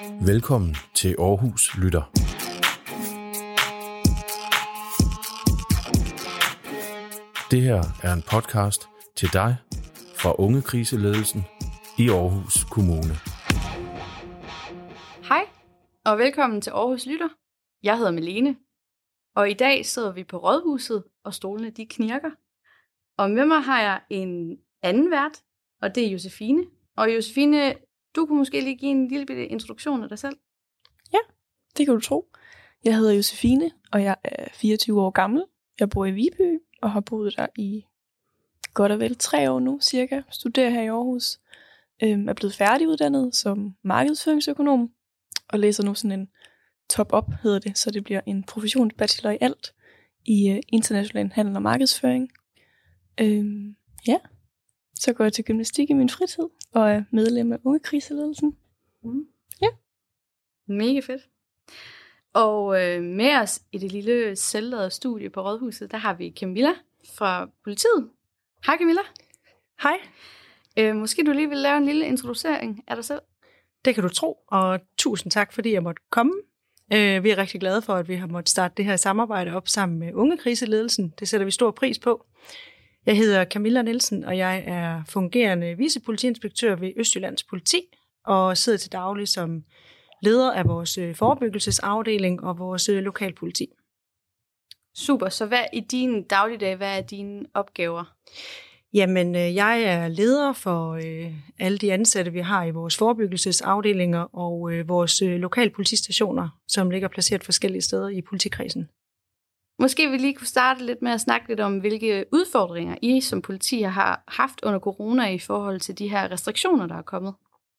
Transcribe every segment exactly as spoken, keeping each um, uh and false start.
Velkommen til Aarhus Lytter. Det her er en podcast til dig fra Ungekriseledelsen i Aarhus Kommune. Hej, og velkommen til Aarhus Lytter. Jeg hedder Malene, og i dag sidder vi på Rådhuset, og stolene de knirker. Og med mig har jeg en anden vært, og det er Josefine. Og Josefine, du kunne måske lige give en lille bitte introduktion af dig selv. Ja, det kan du tro. Jeg hedder Josefine, og jeg er fireogtyve år gammel. Jeg bor i Viby, og har boet der i godt og vel tre år nu, cirka. Studerer her i Aarhus. Øhm, er blevet færdiguddannet som markedsføringsøkonom, og læser nu sådan en top-up, hedder det, så det bliver en professionsbachelor i alt, i uh, international handel og markedsføring. Øhm, ja, så går jeg til gymnastik i min fritid, og er medlem af Ungekriseledelsen. Mm. Ja. Mega fedt. Og øh, med os i det lille selvlavede studie på Rådhuset, der har vi Camilla fra politiet. Hej Camilla. Hej. Øh, måske du lige vil lave en lille introducering af dig selv? Det kan du tro, og tusind tak, fordi jeg måtte komme. Vi er rigtig glade for, at vi har måttet starte det her samarbejde op sammen med Ungekriseledelsen. Det sætter vi stor pris på. Jeg hedder Camilla Nielsen, og jeg er fungerende vicepolitiinspektør ved Østjyllands Politi, og sidder til daglig som leder af vores forebyggelsesafdeling og vores lokalpoliti. Super, så hvad i din dagligdag, hvad er dine opgaver? Jamen, jeg er leder for øh, alle de ansatte, vi har i vores forebyggelsesafdelinger og øh, vores øh, lokalpolitistationer, som ligger placeret forskellige steder i politikredsen. Måske vi lige kunne starte lidt med at snakke lidt om, hvilke udfordringer I som politi har haft under corona i forhold til de her restriktioner, der er kommet.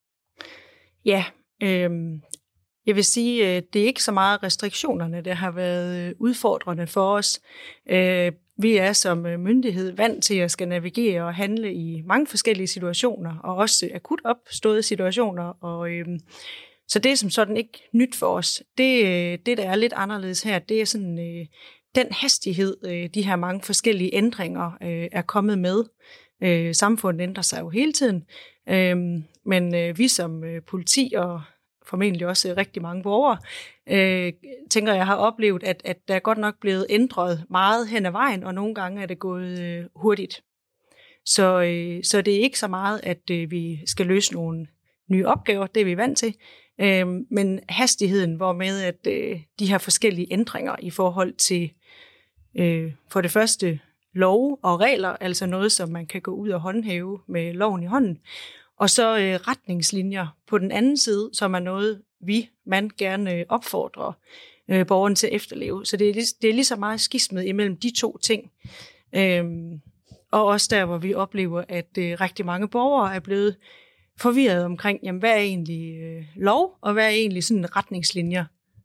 Ja, øh, jeg vil sige, det er ikke så meget restriktionerne, der har været udfordrende for os. Øh, Vi er som myndighed vant til at skal navigere og handle i mange forskellige situationer, og også akut opståede situationer. Og, øhm, så det er som sådan ikke nyt for os. Det, det der er lidt anderledes her, det er sådan øh, den hastighed, øh, de her mange forskellige ændringer øh, er kommet med. Øh, samfundet ændrer sig jo hele tiden, øh, men øh, vi som øh, politi og formentlig også rigtig mange borgere, øh, tænker jeg har oplevet, at, at der er godt nok blevet ændret meget hen ad vejen, og nogle gange er det gået øh, hurtigt. Så, øh, så det er ikke så meget, at øh, vi skal løse nogle nye opgaver, det er vi vant til, øh, men hastigheden, hvormed at øh, de her forskellige ændringer i forhold til øh, for det første lov og regler, altså noget, som man kan gå ud og håndhæve med loven i hånden, og så øh, retningslinjer på den anden side, som er noget, vi, man gerne øh, opfordrer øh, borgeren til at efterleve. Så det er, det er lige så meget skismet imellem de to ting. Øhm, og også der, hvor vi oplever, at øh, rigtig mange borgere er blevet forvirret omkring, jamen, hvad er egentlig øh, lov, og hvad er egentlig sådan retningslinjer?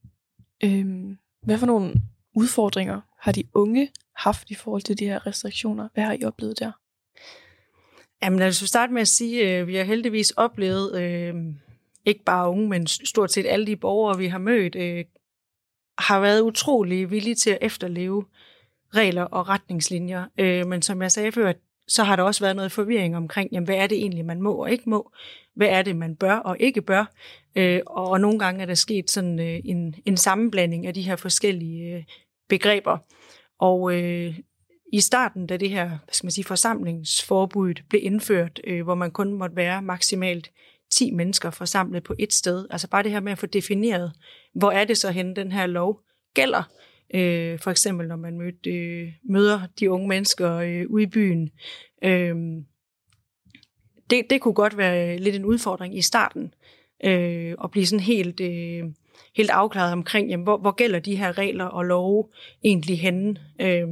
Øhm, hvad for nogle udfordringer har de unge haft i forhold til de her restriktioner? Hvad har I oplevet der? Jamen, lad os starte med at sige, at vi har heldigvis oplevet, øh, ikke bare unge, men stort set alle de borgere, vi har mødt, øh, har været utrolig villige til at efterleve regler og retningslinjer. Øh, men som jeg sagde før, så har der også været noget forvirring omkring, jamen, hvad er det egentlig, man må og ikke må? Hvad er det, man bør og ikke bør? Øh, og, og nogle gange er der sket sådan øh, en, en sammenblanding af de her forskellige øh, begreber. Og øh, i starten, da det her, hvad skal man sige, forsamlingsforbud blev indført, øh, hvor man kun måtte være maksimalt ti mennesker forsamlet på et sted, altså bare det her med at få defineret, hvor er det så henne, den her lov gælder. Øh, for eksempel, når man mød, øh, møder de unge mennesker øh, ude i byen. Øh, det, det kunne godt være lidt en udfordring i starten, øh, at blive sådan helt, øh, helt afklaret omkring, jamen, hvor, hvor gælder de her regler og love egentlig henne. Øh,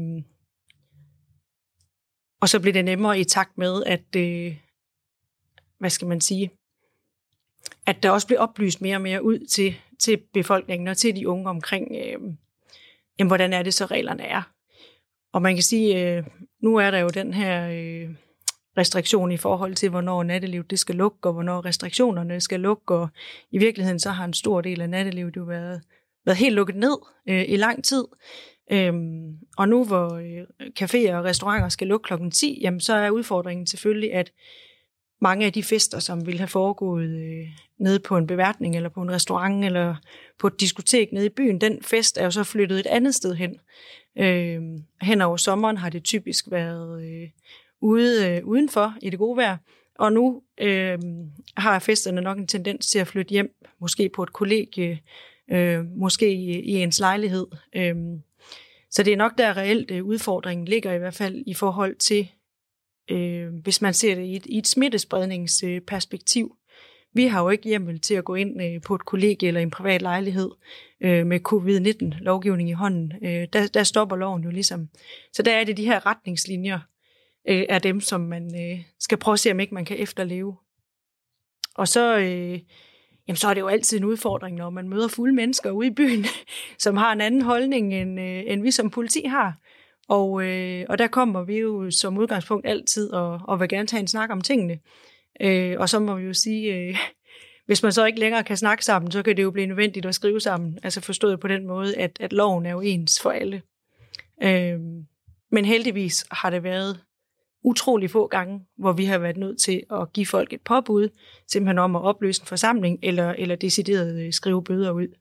Og så bliver det nemmere i takt med, at, øh, hvad skal man sige, at der også bliver oplyst mere og mere ud til, til befolkningen og til de unge omkring, øh, jamen, hvordan er det så reglerne er. Og man kan sige, øh, nu er der jo den her øh, restriktion i forhold til, hvornår nattelivet det skal lukke, og hvornår restriktionerne skal lukke, og i virkeligheden så har en stor del af nattelivet jo været, været helt lukket ned øh, i lang tid. Øhm, og nu hvor øh, caféer og restauranter skal lukke klokken ti, jamen, så er udfordringen selvfølgelig, at mange af de fester, som ville have foregået øh, nede på en beværtning, eller på en restaurant, eller på et diskotek nede i byen, den fest er jo så flyttet et andet sted hen. Øh, hen over sommeren har det typisk været øh, ude øh, udenfor i det gode vejr, og nu øh, har festerne nok en tendens til at flytte hjem, måske på et kollegie, øh, måske i, i ens lejlighed. Øh, så det er nok der reelt øh, udfordringen ligger, i hvert fald i forhold til, øh, hvis man ser det i et, i et smittespredningsperspektiv. Vi har jo ikke hjemmel til at gå ind øh, på et kollegie eller en privat lejlighed øh, med covid nitten lovgivning i hånden. Øh, der, der stopper loven jo ligesom. Så der er det de her retningslinjer, øh, er dem, som man øh, skal prøve at se, om ikke man kan efterleve. Og så, øh, jamen, så er det jo altid en udfordring, når man møder fulde mennesker ude i byen, som har en anden holdning, end, øh, end vi som politi har. Og, øh, og der kommer vi jo som udgangspunkt altid og, og vil gerne tage en snak om tingene. Øh, og så må vi jo sige, øh, hvis man så ikke længere kan snakke sammen, så kan det jo blive nødvendigt at skrive sammen. Altså forstået på den måde, at, at loven er jo ens for alle. Øh, men heldigvis har det været utrolig få gange, hvor vi har været nødt til at give folk et påbud, simpelthen om at opløse en forsamling, eller, eller decideret skrive bøder ud.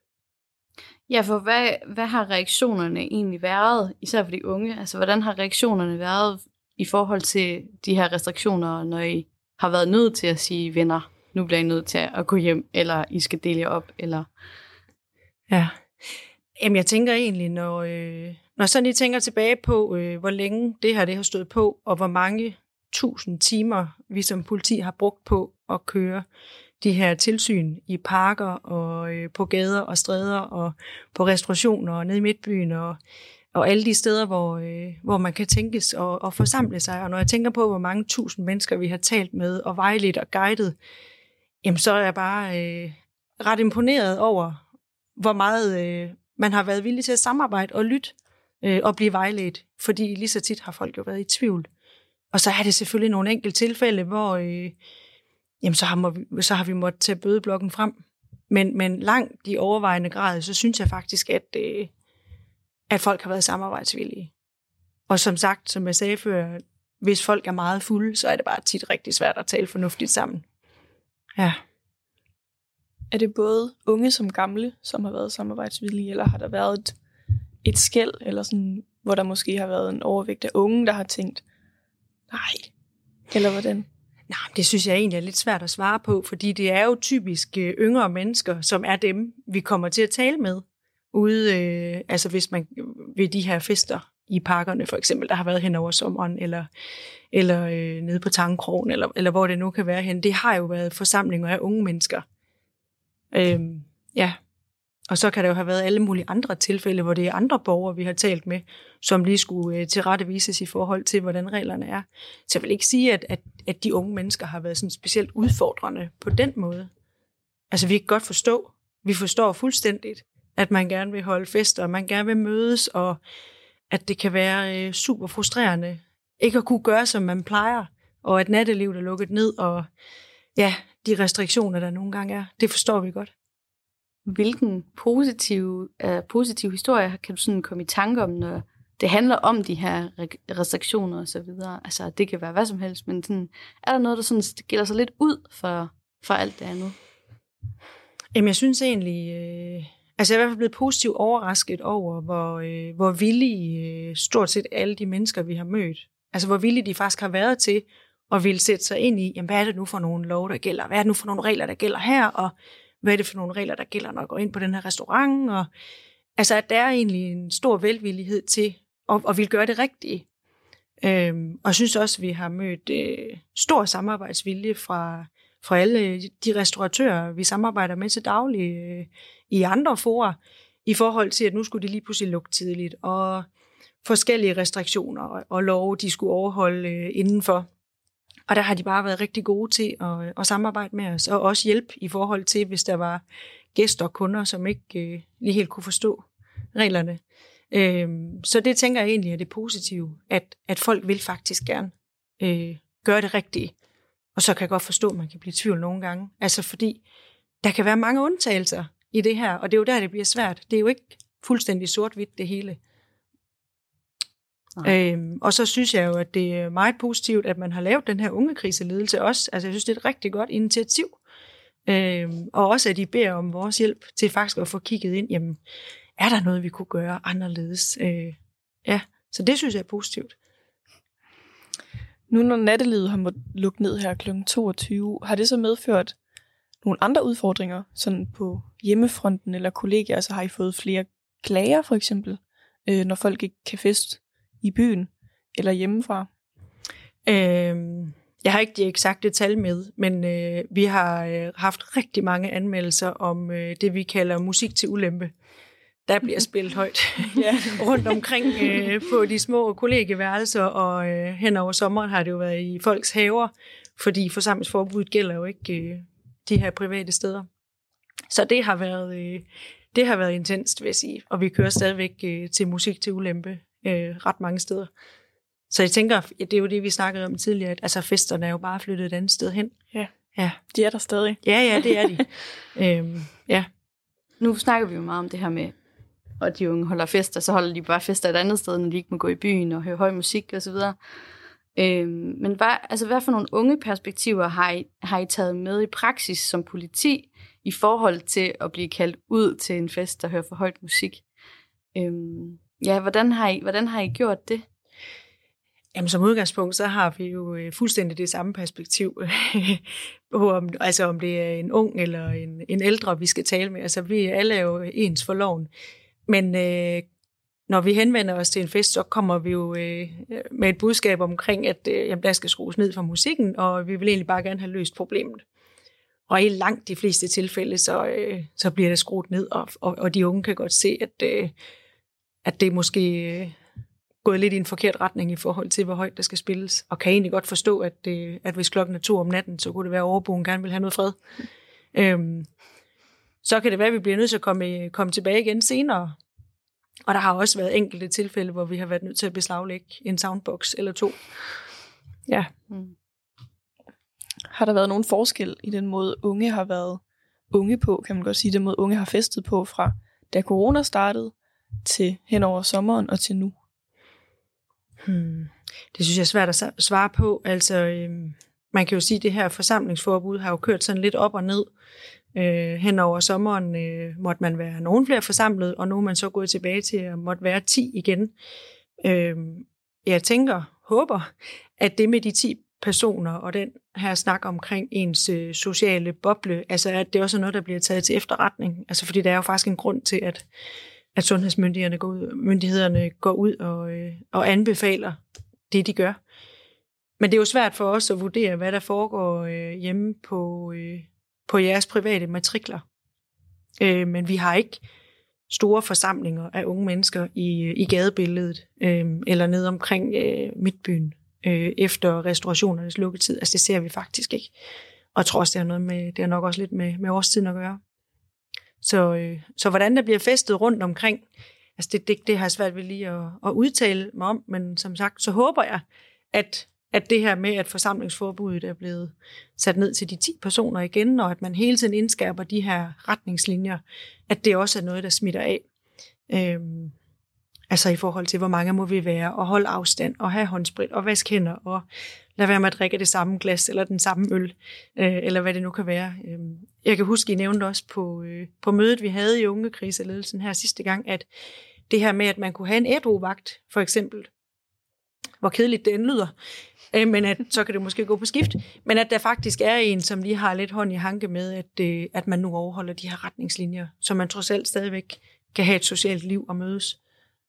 Ja, for hvad, hvad har reaktionerne egentlig været, især for de unge? Altså, hvordan har reaktionerne været i forhold til de her restriktioner, når I har været nødt til at sige, venner, nu bliver I nødt til at gå hjem, eller I skal dele jer op, eller... Ja, jamen jeg tænker egentlig, når, øh, når sådan I tænker tilbage på, øh, hvor længe det her det har stået på, og hvor mange tusind timer vi som politi har brugt på at køre de her tilsyn i parker og øh, på gader og stræder og på restaurationer og nede i midtbyen og, og alle de steder, hvor, øh, hvor man kan tænkes og, og forsamle sig. Og når jeg tænker på, hvor mange tusind mennesker vi har talt med og vejledt og guidet, jamen så er jeg bare øh, ret imponeret over, hvor meget øh, man har været villig til at samarbejde og lytte øh, og blive vejledt. Fordi lige så tit har folk jo været i tvivl. Og så er det selvfølgelig nogle enkelte tilfælde, hvor... Øh, jamen så har, vi, så har vi måttet tage bødeblokken frem. Men, men langt i overvejende grad, så synes jeg faktisk, at, øh, at folk har været samarbejdsvillige. Og som sagt, som jeg sagde før, hvis folk er meget fulde, så er det bare tit rigtig svært at tale fornuftigt sammen. Ja. Er det både unge som gamle, som har været samarbejdsvillige, eller har der været et, et skel, eller sådan, hvor der måske har været en overvægt af unge, der har tænkt, nej, eller hvordan? Nej, det synes jeg egentlig er lidt svært at svare på, fordi det er jo typisk yngre mennesker, som er dem, vi kommer til at tale med ude, øh, altså hvis man ved de her fester i parkerne for eksempel, der har været hen over sommeren, eller, eller øh, nede på Tangkrogen, eller, eller hvor det nu kan være hen. Det har jo været forsamlinger af unge mennesker. Øhm, ja, og så kan der jo have været alle mulige andre tilfælde, hvor det er andre borgere, vi har talt med, som lige skulle øh, tilrettevises i forhold til, hvordan reglerne er. Så jeg vil ikke sige, at, at, at de unge mennesker har været sådan specielt udfordrende på den måde. Altså vi kan godt forstå, vi forstår fuldstændigt, at man gerne vil holde fester, og man gerne vil mødes, og at det kan være øh, super frustrerende ikke at kunne gøre, som man plejer, og at nattelivet er lukket ned, og ja, de restriktioner, der nogle gange er, det forstår vi godt. Hvilken positiv, uh, positiv historie kan du sådan komme i tanke om, når det handler om de her restriktioner og så videre? Altså, det kan være hvad som helst, men sådan, er der noget, der sådan skiller sig lidt ud for, for alt det andet? Jamen, jeg synes egentlig... Øh, altså, jeg er i hvert fald blevet positivt overrasket over, hvor, øh, hvor villige øh, stort set alle de mennesker, vi har mødt, altså, hvor villige de faktisk har været til at ville sætte sig ind i, jamen, hvad er det nu for nogle lov, der gælder? Hvad er det nu for nogle regler, der gælder her? Og hvad er det for nogle regler, der gælder, når jeg går ind på den her restaurant? Og, altså, at der er egentlig en stor velvillighed til at, at ville gøre det rigtige. Øhm, og jeg synes også, at vi har mødt øh, stor samarbejdsvilje fra, fra alle de restauratører, vi samarbejder med til daglig øh, i andre fora, i forhold til, at nu skulle de lige pludselig lukke tidligt, og forskellige restriktioner og, og love, de skulle overholde øh, indenfor. Og der har de bare været rigtig gode til at, at samarbejde med os, og også hjælpe i forhold til, hvis der var gæster og kunder, som ikke øh, lige helt kunne forstå reglerne. Øhm, så det tænker jeg egentlig er det positive, at, at folk vil faktisk gerne øh, gøre det rigtige. Og så kan jeg godt forstå, at man kan blive i tvivl nogle gange. Altså fordi, der kan være mange undtagelser i det her, og det er jo der, det bliver svært. Det er jo ikke fuldstændig sort-hvidt det hele. Øhm, og så synes jeg jo, at det er meget positivt, at man har lavet den her ungekriseledelse også. Altså jeg synes, det er et rigtig godt initiativ. Øhm, og også at I beder om vores hjælp til faktisk at få kigget ind, jamen, er der noget, vi kunne gøre anderledes? Øh, ja, så det synes jeg er positivt. Nu når nattelivet har måttet lukke ned her klokken toogtyve, har det så medført nogle andre udfordringer, sådan på hjemmefronten eller kollegier? Altså har I fået flere klager for eksempel, øh, når folk ikke kan feste i byen eller hjemmefra? Øhm, jeg har ikke de eksakte tal med, men øh, vi har øh, haft rigtig mange anmeldelser om øh, det, vi kalder musik til ulempe. Der bliver spillet højt ja, rundt omkring øh, på de små kollegieværelser, og øh, hen over sommeren har det jo været i folks haver, fordi forsamlingsforbuddet gælder jo ikke øh, de her private steder. Så det har været, øh, det har været intenst, vil jeg sige, og vi kører stadigvæk øh, til musik til ulempe øh, ret mange steder. Så jeg tænker, ja, det er jo det, vi snakkede om tidligere, at altså, festerne er jo bare flyttet et andet sted hen. Ja, ja. De er der stadig. Ja, ja, det er de. øhm, ja. Nu snakker vi jo meget om det her med, og de unge holder fester, så holder de bare fester et andet sted, når de ikke må gå i byen og høre høj musik og så videre. Øhm, men hvad, altså, hvad for nogle unge perspektiver har I, har I taget med i praksis som politi i forhold til at blive kaldt ud til en fest og høre for højt musik? Øhm, ja, hvordan har I, hvordan har I gjort det? Jamen, som udgangspunkt, så har vi jo fuldstændig det samme perspektiv, om, altså om det er en ung eller en, en ældre, vi skal tale med. Altså, vi alle er jo ens for loven. Men øh, når vi henvender os til en fest, så kommer vi jo øh, med et budskab omkring, at øh, jamen, der skal skrues ned fra musikken, og vi vil egentlig bare gerne have løst problemet. Og i langt de fleste tilfælde, så, øh, så bliver det skruet ned, og, og, og de unge kan godt se, at, øh, at det måske øh, gået lidt i en forkert retning i forhold til, hvor højt der skal spilles. Og kan egentlig godt forstå, at, øh, at hvis klokken er to om natten, så kunne det være, at overboen gerne vil have noget fred. Øhm, så kan det være, at vi bliver nødt til at komme, komme tilbage igen senere. Og der har også været enkelte tilfælde, hvor vi har været nødt til at beslaglægge en soundbox eller to. Ja. Mm. Har der været nogen forskel i den måde, unge har været unge på, kan man godt sige, den måde, unge har festet på fra da corona startede til hen over sommeren og til nu? Hmm. Det synes jeg er svært at svare på. Altså, øhm, man kan jo sige, at det her forsamlingsforbud har jo kørt sådan lidt op og ned. Øh, hen over sommeren øh, måtte man være nogen flere forsamlet, og nu er man så gået tilbage til at måtte være ti igen. Øh, jeg tænker, håber, at det med de ti personer og den her snak omkring ens øh, sociale boble, altså at det også er noget, der bliver taget til efterretning. Altså fordi der er jo faktisk en grund til, at, at sundhedsmyndighederne går ud, myndighederne går ud og, øh, og anbefaler det, de gør. Men det er jo svært for os at vurdere, hvad der foregår øh, hjemme på... Øh, på jeres private matrikler. Øh, men vi har ikke store forsamlinger af unge mennesker i, i gadebilledet, øh, eller ned omkring øh, midtbyen, øh, efter restaurationernes lukketid. Altså det ser vi faktisk ikke. Og jeg tror også, det har, noget med, det har nok også lidt med, med årstiden at gøre. Så, øh, så hvordan der bliver festet rundt omkring, altså det, det, det har jeg svært ved lige at, at udtale mig om, men som sagt, så håber jeg, at at det her med, at forsamlingsforbuddet er blevet sat ned til de ti personer igen, og at man hele tiden indskærper de her retningslinjer, at det også er noget, der smitter af. Øhm, altså i forhold til, hvor mange må vi være, og holde afstand, og have håndsprit, og vaske hænder, og lade være med at drikke det samme glas, eller den samme øl, øh, eller hvad det nu kan være. Øhm, jeg kan huske, I nævnte også på, øh, på mødet, vi havde i ungekriseledelsen her sidste gang, at det her med, at man kunne have en ædru-vagt, for eksempel, hvor kedeligt det end lyder, men at, så kan det måske gå på skift, men at der faktisk er en, som lige har lidt hånd i hanke med, at, at man nu overholder de her retningslinjer, så man trods alt stadigvæk kan have et socialt liv og mødes.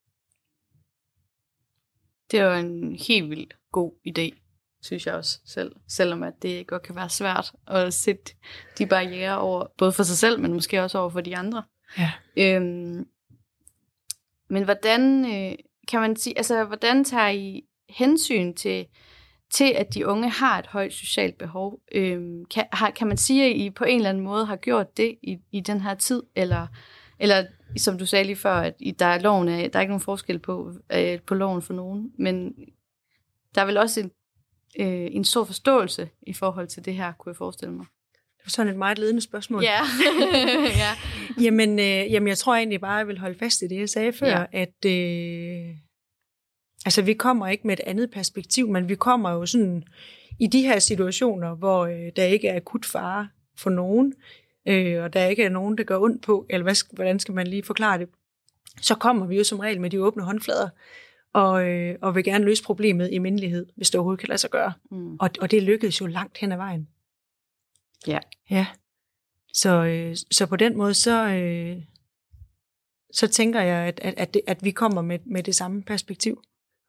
Det er jo en helt vildt god idé, synes jeg også selv, selvom at det godt kan være svært at sætte de barrierer over, både for sig selv, men måske også over for de andre. Ja. Øhm, men hvordan øh, kan man sige, altså hvordan tager I hensyn til til at de unge har et højt socialt behov. Øhm, kan, har, kan man sige, at I på en eller anden måde har gjort det i, i den her tid? Eller, eller som du sagde lige før, at i, der, er loven, der er ikke nogen forskel på, øh, på loven for nogen, men der er vel også en, øh, en stor forståelse i forhold til det her, kunne jeg forestille mig. Det var sådan et meget ledende spørgsmål. Ja. ja. Jamen, øh, jamen, jeg tror egentlig bare, jeg vil holde fast i det, jeg sagde før, ja. at... Øh, Altså, vi kommer ikke med et andet perspektiv, men vi kommer jo sådan i de her situationer, hvor øh, der ikke er akut fare for nogen, øh, og der ikke er nogen, der gør ondt på, eller hvad, hvordan skal man lige forklare det, så kommer vi jo som regel med de åbne håndflader, og, øh, og vil gerne løse problemet i mindelighed, hvis det overhovedet kan lade sig gøre. Mm. Og, og det lykkedes jo langt hen ad vejen. Ja. Ja. Så, øh, så på den måde, så, øh, så tænker jeg, at, at, at, det, at vi kommer med, med det samme perspektiv.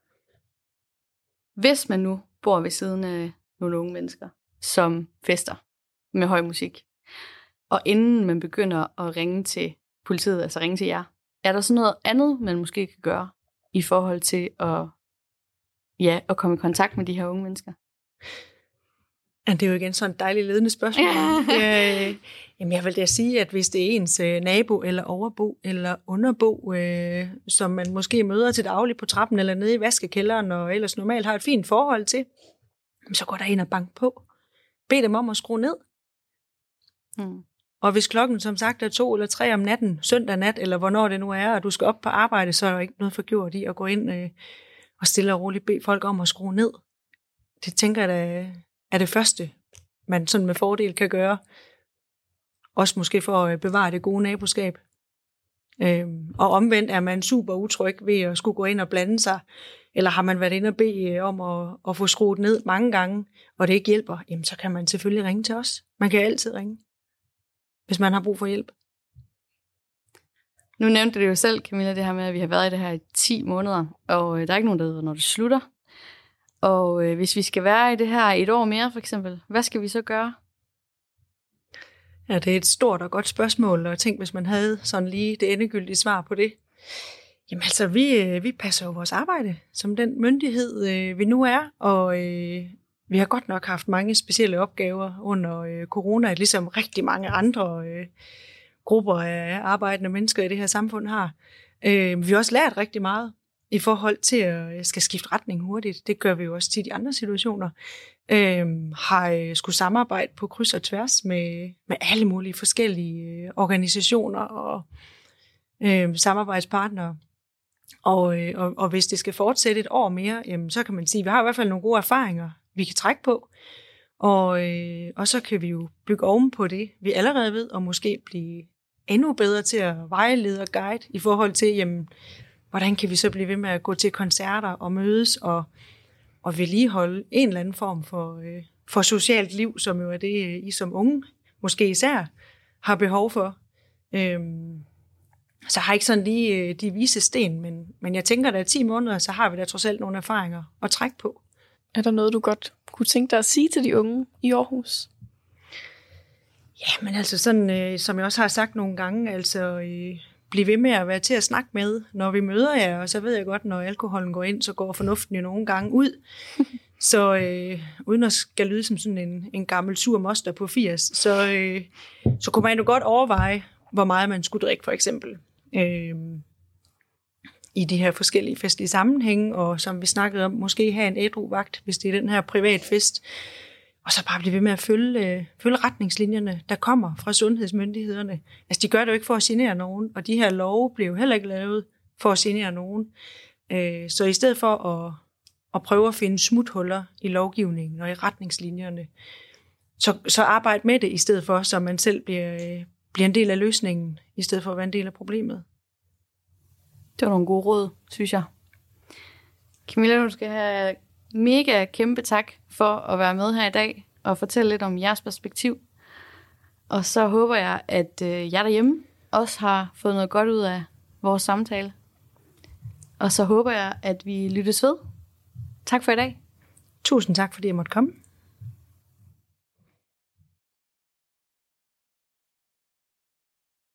Hvis man nu bor ved siden af nogle unge mennesker, som fester med høj musik, og inden man begynder at ringe til politiet, altså ringe til jer, er der så noget andet, man måske kan gøre i forhold til at, ja, at komme i kontakt med de her unge mennesker? Ja, det er jo igen sådan et dejligt ledende spørgsmål. øh, jamen jeg vil da sige, at hvis det er ens øh, nabo eller overbo eller underbo, øh, som man måske møder til daglig på trappen eller nede i vaskekælderen, og ellers normalt har et fint forhold til, så går der ind og bank på. Bed dem om at skrue ned. Hmm. Og hvis klokken som sagt er to eller tre om natten, søndag nat, eller hvornår det nu er, og du skal op på arbejde, så er der ikke noget forgjort i at gå ind øh, og stille og roligt bede folk om at skrue ned. Det tænker jeg da er det første, man sådan med fordel kan gøre. Også måske for at bevare det gode naboskab. Øhm, og omvendt er man super utryg ved at skulle gå ind og blande sig, eller har man været inde og bede om at, at få skruet ned mange gange, og det ikke hjælper, jamen så kan man selvfølgelig ringe til os. Man kan altid ringe, hvis man har brug for hjælp. Nu nævnte du jo selv, Camilla, det her med, at vi har været i det her i ti måneder, og der er ikke nogen, der ved, når det slutter. Og øh, hvis vi skal være i det her et år mere, for eksempel, hvad skal vi så gøre? Ja, det er et stort og godt spørgsmål, og tænk, hvis man havde sådan lige det endegyldige svar på det. Jamen altså, vi, vi passer jo vores arbejde som den myndighed, øh, vi nu er, og øh, vi har godt nok haft mange specielle opgaver under øh, corona, ligesom rigtig mange andre øh, grupper af arbejdende mennesker i det her samfund har. Øh, vi har også lært rigtig meget i forhold til at skal skifte retning hurtigt. Det gør vi jo også tit i andre situationer. Øhm, har skulle samarbejde på kryds og tværs med, med alle mulige forskellige organisationer og øh, samarbejdspartnere. Og, øh, og, og hvis det skal fortsætte et år mere, jamen, så kan man sige, at vi har i hvert fald nogle gode erfaringer, vi kan trække på. Og, øh, og så kan vi jo bygge oven på det, vi allerede ved, og måske blive endnu bedre til at vejlede og guide i forhold til, jamen, hvordan kan vi så blive ved med at gå til koncerter og mødes og, og vedligeholde en eller anden form for, øh, for socialt liv, som jo er det, I som unge måske især har behov for. Øhm, så har jeg ikke sådan lige øh, de vise sten, men, men jeg tænker, at der er ti måneder, så har vi da trods alt nogle erfaringer at trække på. Er der noget, du godt kunne tænke dig at sige til de unge i Aarhus? Ja, men altså sådan, øh, som jeg også har sagt nogle gange, altså øh, bliv ved med at være til at snakke med, når vi møder jer, og så ved jeg godt, når alkoholen går ind, så går fornuften jo nogle gange ud. Så øh, uden at skal lyde som sådan en, en gammel sur moster på firs, så, øh, så kunne man jo godt overveje, hvor meget man skulle drikke for eksempel. Øh, i de her forskellige festlige sammenhænge, og som vi snakkede om, måske have en ædru-vagt, hvis det er den her privat fest. Og så bare blive ved med at følge, øh, følge retningslinjerne, der kommer fra sundhedsmyndighederne. Altså, de gør det jo ikke for at genere nogen, og de her love bliver jo heller ikke lavet for at genere nogen. Øh, så i stedet for at, at prøve at finde smuthuller i lovgivningen og i retningslinjerne, så, så arbejde med det i stedet for, så man selv bliver, øh, bliver en del af løsningen, i stedet for at være en del af problemet. Det var nogle gode råd, synes jeg. Camilla, du skal have mega kæmpe tak for at være med her i dag og fortælle lidt om jeres perspektiv. Og så håber jeg, at øh, jer derhjemme også har fået noget godt ud af vores samtale. Og så håber jeg, at vi lyttes ved. Tak for i dag. Tusind tak, fordi jeg måtte komme.